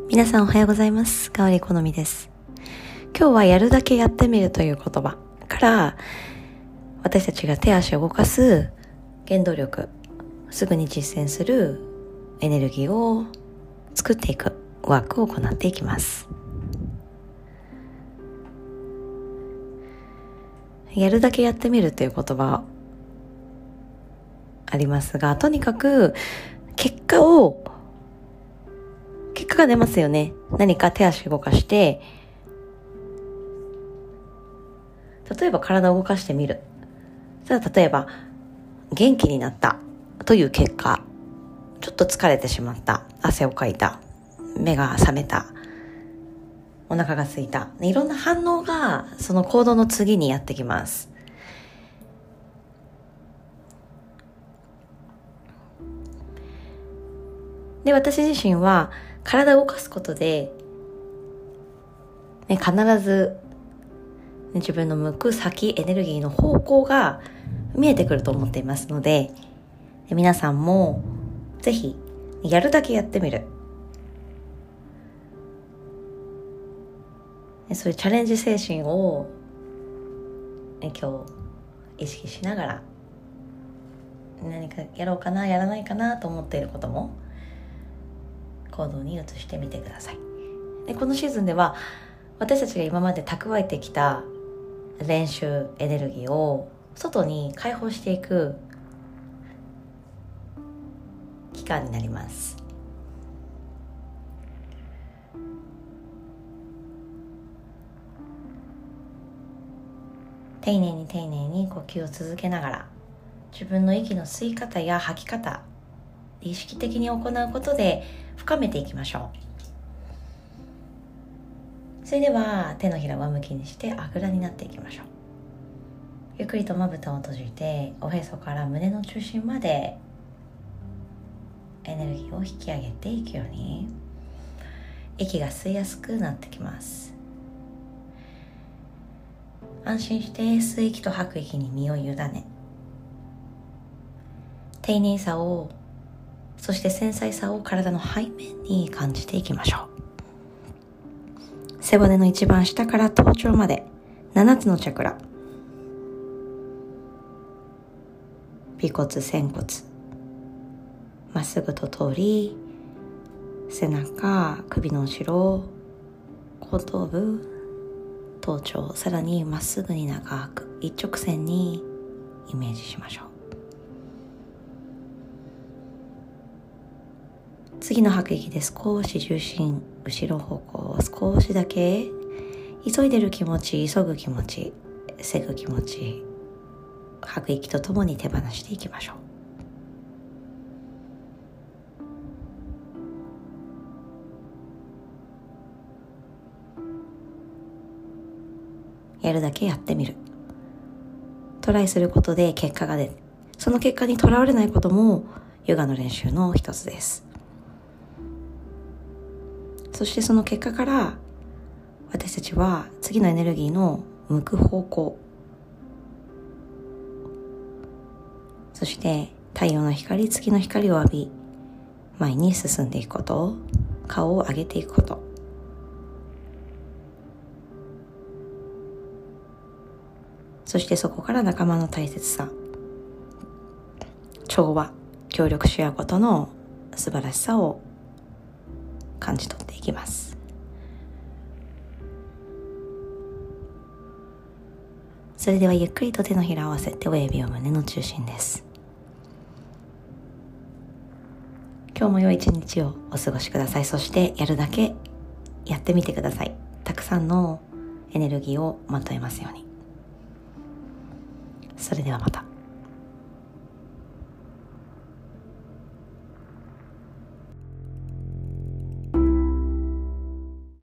皆さんおはようございます。香り好みです。今日はやるだけやってみるという言葉から私たちが手足を動かす原動力、すぐに実践するエネルギーを作っていくワークを行っていきます。やるだけやってみるという言葉ありますが、とにかく結果が出ますよね。何か手足動かして例えば体を動かしてみる。例えば元気になったという結果、ちょっと疲れてしまった、汗をかいた、目が覚めた、お腹が空いた、いろんな反応がその行動の次にやってきます。で、私自身は体を動かすことで、必ず自分の向く先、エネルギーの方向が見えてくると思っていますので、皆さんもぜひやるだけやってみる。そういうチャレンジ精神を今日意識しながら、何かやろうかな、やらないかなと思っていることも行動に移してみてください。で、このシーズンでは私たちが今まで蓄えてきた練習エネルギーを外に解放していく期間になります。丁寧に呼吸を続けながら、自分の息の吸い方や吐き方、意識的に行うことで深めていきましょう。それでは手のひらを上向きにしてあぐらになっていきましょう。ゆっくりとまぶたを閉じて、おへそから胸の中心までエネルギーを引き上げていくように、息が吸いやすくなってきます。安心して吸う息と吐く息に身を委ね、丁寧さを、そして繊細さを体の背面に感じていきましょう。背骨の一番下から頭頂まで7つのチャクラ、尾骨、仙骨、まっすぐと通り、背中、首の後ろ、後頭部、頭頂、さらにまっすぐに長く一直線にイメージしましょう。次の吐く息で少し重心後ろ方向を少しだけ、急いでる気持ち、急ぐ気持ち、せぐ気持ち、吐く息とともに手放していきましょう。やるだけやってみる。トライすることで結果が出る。その結果にとらわれないこともヨガの練習の一つです。そしてその結果から私たちは次のエネルギーの向く方向、そして太陽の光、月の光を浴び、前に進んでいくこと、顔を上げていくこと、そしてそこから仲間の大切さ、調和、協力し合うことの素晴らしさを感じ取っていきます。それではゆっくりと手のひらを合わせて親指を胸の中心です。今日も良い一日をお過ごしください。そしてやるだけやってみてください。たくさんのエネルギーをまとえますように。それではまた。